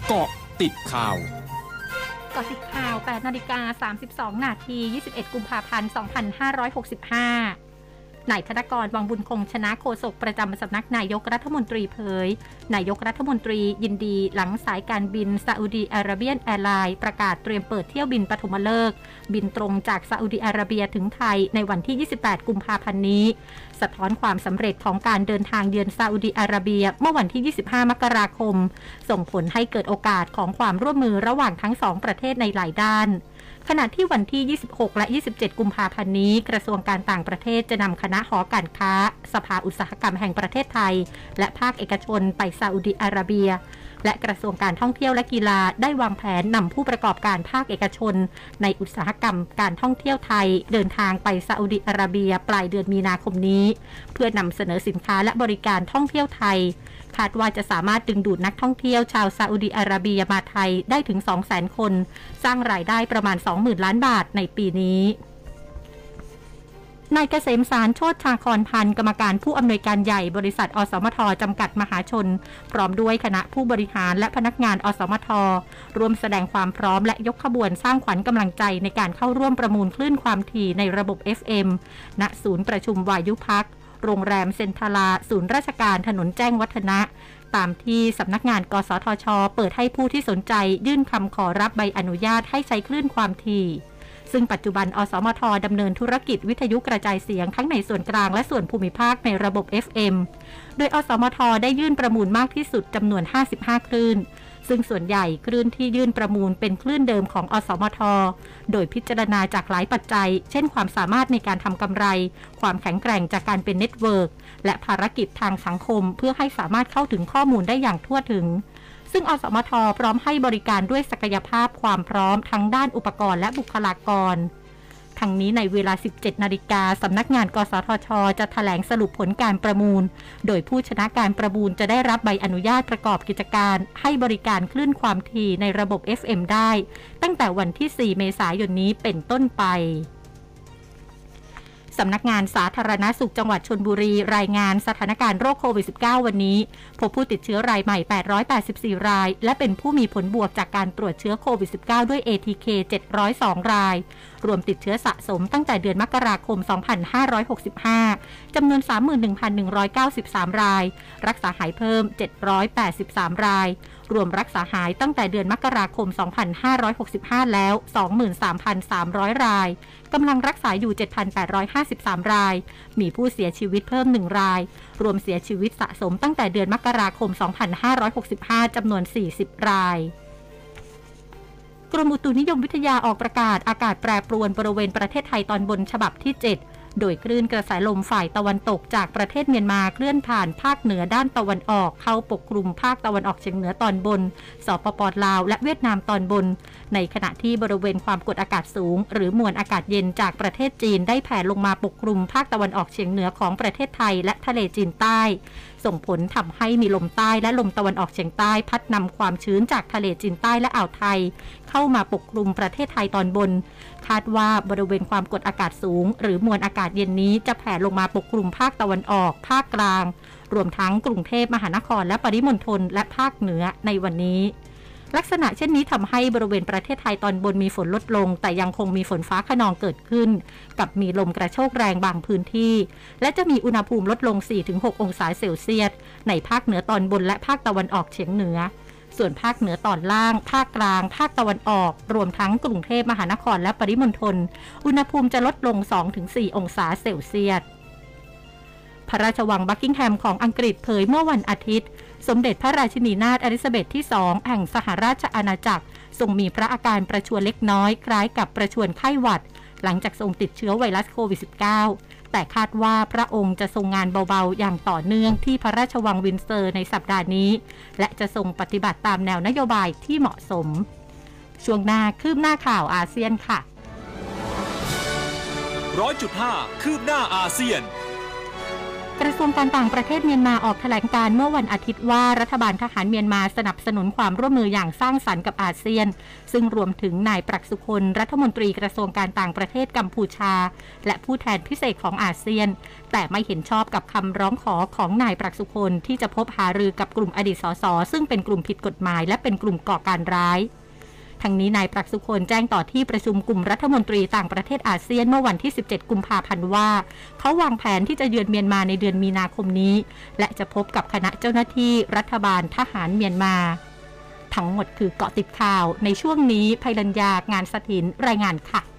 เกาะติดข่าวเกาะติดข่าว 8:32 น. 21 กุมภาพันธ์ 2565 นายธนกร วังบุญคงชนะโฆษกประจำสำนักนายกรัฐมนตรีเผยนายกรัฐมนตรียินดีหลังสายการบินซาอุดีอาระเบียนแอร์ไลน์ประกาศเตรียมเปิดเที่ยวบินปฐมฤกษ์บินตรงจากซาอุดีอาระเบียถึงไทยในวันที่ 28 กุมภาพันธ์นี้สะท้อนความสำเร็จของการเดินทางเยือนซาอุดีอาระเบียเมื่อวันที่ 25 มกราคมส่งผลให้เกิดโอกาสของความร่วมมือระหว่างทั้งสองประเทศในหลายด้านขณะที่วันที่ 26 และ 27 กุมภาพันธ์นี้กระทรวงการต่างประเทศจะนำคณะหอการค้าสภาอุตสาหกรรมแห่งประเทศไทยและภาคเอกชนไปซาอุดิอาระเบียและกระทรวงการท่องเที่ยวและกีฬาได้วางแผนนำผู้ประกอบการภาคเอกชนในอุตสาหกรรมการท่องเที่ยวไทยเดินทางไปซาอุดิอาระเบียปลายเดือนมีนาคมนี้เพื่อนำเสนอสินค้าและบริการท่องเที่ยวไทยคาดว่าจะสามารถดึงดูดนักท่องเที่ยวชาวซาอุดิอาระเบียมาไทยได้ถึง 200,000 คนสร้างรายได้ประมาณ 20,000 ล้านบาทในปีนี้นายเกษมสารโชติชาครพันธ์กรรมการผู้อำนวยการใหญ่บริษัทอสมทจำกัดมหาชนพร้อมด้วยคณะผู้บริหารและพนักงานอสมทร่วมแสดงความพร้อมและยกขบวนสร้างขวัญกำลังใจในการเข้าร่วมประมูลคลื่นความถี่ในระบบ FM ณศูนย์ประชุมวายุพักโรงแรมเซ็นทราศูนย์ราชการถนนแจ้งวัฒนะตามที่สำนักงานกสทช.เปิดให้ผู้ที่สนใจยื่นคำขอรับใบอนุญาตให้ใช้คลื่นความถี่ซึ่งปัจจุบันอสมทดำเนินธุรกิจวิทยุกระจายเสียงทั้งในส่วนกลางและส่วนภูมิภาคในระบบ FM โดยอสมทได้ยื่นประมูลมากที่สุดจำนวน55คลื่นซึ่งส่วนใหญ่คลื่นที่ยื่นประมูลเป็นคลื่นเดิมของอสมทโดยพิจารณาจากหลายปัจจัยเช่นความสามารถในการทำกำไรความแข็งแกร่งจากการเป็นเน็ตเวิร์กและภารกิจทางสังคมเพื่อให้สามารถเข้าถึงข้อมูลได้อย่างทั่วถึงซึ่งอสมทพร้อมให้บริการด้วยศักยภาพความพร้อมทั้งด้านอุปกรณ์และบุคลากรทั้งนี้ในเวลา 17 นาฬิกาสำนักงานกสทช.จะแถลงสรุปผลการประมูลโดยผู้ชนะการประมูลจะได้รับใบอนุญาตประกอบกิจการให้บริการคลื่นความถี่ในระบบ FM ได้ตั้งแต่วันที่ 4 เมษายนนี้เป็นต้นไปสำนักงานสาธารณสุขจังหวัดชลบุรีรายงานสถานการณ์โรคโควิด -19 วันนี้พบผู้ติดเชื้อรายใหม่884รายและเป็นผู้มีผลบวกจากการตรวจเชื้อโควิด -19 ด้วย ATK 702รายรวมติดเชื้อสะสมตั้งแต่เดือนมกราคม 2565 จำนวน 31,193 รายรักษาหายเพิ่ม783รายรวมรักษาหายตั้งแต่เดือนมกราคม 2565 แล้ว 23,300 รายกำลังรักษาอยู่ 7,853 รายมีผู้เสียชีวิตเพิ่ม1รายรวมเสียชีวิตสะสมตั้งแต่เดือนมกราคม 2565 จำนวน40รายกรมอุตุนิยมวิทยาออกประกาศอากาศแปรปรวนบริเวณประเทศไทยตอนบนฉบับที่ 7โดยคลื่นกระแสลมฝ่ายตะวันตกจากประเทศเมียนมาเคลื่อนผ่านภาคเหนือด้านตะวันออกเข้าปกคลุมภาคตะวันออกเฉียงเหนือตอนบนสปป.ลาวและเวียดนามตอนบนในขณะที่บริเวณความกดอากาศสูงหรือมวลอากาศเย็นจากประเทศจีนได้แผ่ลงมาปกคลุมภาคตะวันออกเฉียงเหนือของประเทศไทยและทะเลจีนใต้ส่งผลทำให้มีลมใต้และลมตะวันออกเฉียงใต้พัดนำความชื้นจากทะเลจีนใต้และอ่าวไทยเข้ามาปกคลุมประเทศไทยตอนบนคาดว่าบริเวณความกดอากาศสูงหรือมวลอากาศเย็นนี้จะแผ่ลงมาปกคลุมภาคตะวันออกภาคกลางรวมทั้งกรุงเทพมหานครและปริมณฑลและภาคเหนือในวันนี้ลักษณะเช่นนี้ทำให้บริเวณประเทศไทยตอนบนมีฝนลดลงแต่ยังคงมีฝนฟ้าคะนองเกิดขึ้นกับมีลมกระโชกแรงบางพื้นที่และจะมีอุณหภูมิลดลง 4-6 องศาเซลเซียสในภาคเหนือตอนบนและภาคตะวันออกเฉียงเหนือส่วนภาคเหนือตอนล่างภาคกลางภาคตะวันออกรวมทั้งกรุงเทพมหานครและปริมณฑลอุณหภูมิจะลดลง 2-4 องศาเซลเซียสพระราชวังบักกิงแฮมของอังกฤษเผยเมื่อวันอาทิตย์สมเด็จพระราชินีนาถอลิซาเบธที่ 2 แห่งสหราชอาณาจักรทรงมีพระอาการประชวรเล็กน้อยคล้ายกับประชวรไข้หวัดหลังจากทรงติดเชื้อไวรัสโควิด -19 แต่คาดว่าพระองค์จะทรงงานเบาๆอย่างต่อเนื่องที่พระราชวังวินเซอร์ในสัปดาห์นี้และจะทรงปฏิบัติตามแนวนโยบายที่เหมาะสมช่วงหน้าคืบหน้าข่าวอาเซียนค่ะ 100.5 คืบหน้าอาเซียนกระระทรวงการต่างประเทศเมียนมาออกแถลงการณ์เมื่อวันอาทิตย์ว่ารัฐบาลทหารเมียนมาสนับสนุนความร่วมมืออย่างสร้างสรรค์กับอาเซียนซึ่งรวมถึงนายปรักษุพลรัฐมนตรีกระทรวงการต่างประเทศกัมพูชาและผู้แทนพิเศษของอาเซียนแต่ไม่เห็นชอบกับคำร้องขอของนายปรักษุพลที่จะพบหารือกับกลุ่มอดีตสสซึ่งเป็นกลุ่มผิดกฎหมายและเป็นกลุ่มก่อการร้ายทั้งนี้นายปรักษุพลแจ้งต่อที่ประชุมกลุ่มรัฐมนตรีต่างประเทศอาเซียนเมื่อวันที่17กุมภาพันธ์ว่าเขาวางแผนที่จะเยือนเมียนมาในเดือนมีนาคมนี้และจะพบกับคณะเจ้าหน้าที่รัฐบาลทหารเมียนมาทั้งหมดคือเกาะติดข่าวในช่วงนี้ภัยรัญญางานสถินรายงานค่ะ